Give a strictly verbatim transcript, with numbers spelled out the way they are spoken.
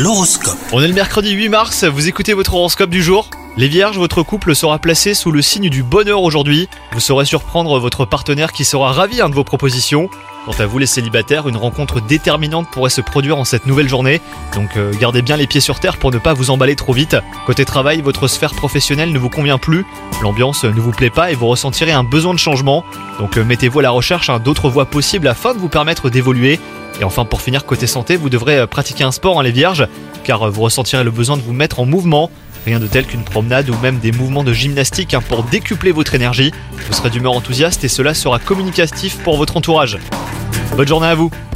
L'horoscope. On est le mercredi huit mars, vous écoutez votre horoscope du jour. Les vierges, votre couple sera placé sous le signe du bonheur aujourd'hui. Vous saurez surprendre votre partenaire qui sera ravi hein, de vos propositions. Quant à vous les célibataires, une rencontre déterminante pourrait se produire en cette nouvelle journée. Donc euh, gardez bien les pieds sur terre pour ne pas vous emballer trop vite. Côté travail, votre sphère professionnelle ne vous convient plus. L'ambiance ne vous plaît pas et vous ressentirez un besoin de changement. Donc euh, mettez-vous à la recherche hein, d'autres voies possibles afin de vous permettre d'évoluer. Et enfin pour finir côté santé, vous devrez pratiquer un sport hein, les vierges, car vous ressentirez le besoin de vous mettre en mouvement. Rien de tel qu'une promenade ou même des mouvements de gymnastique hein, pour décupler votre énergie. Vous serez d'humeur enthousiaste et cela sera communicatif pour votre entourage. Bonne journée à vous!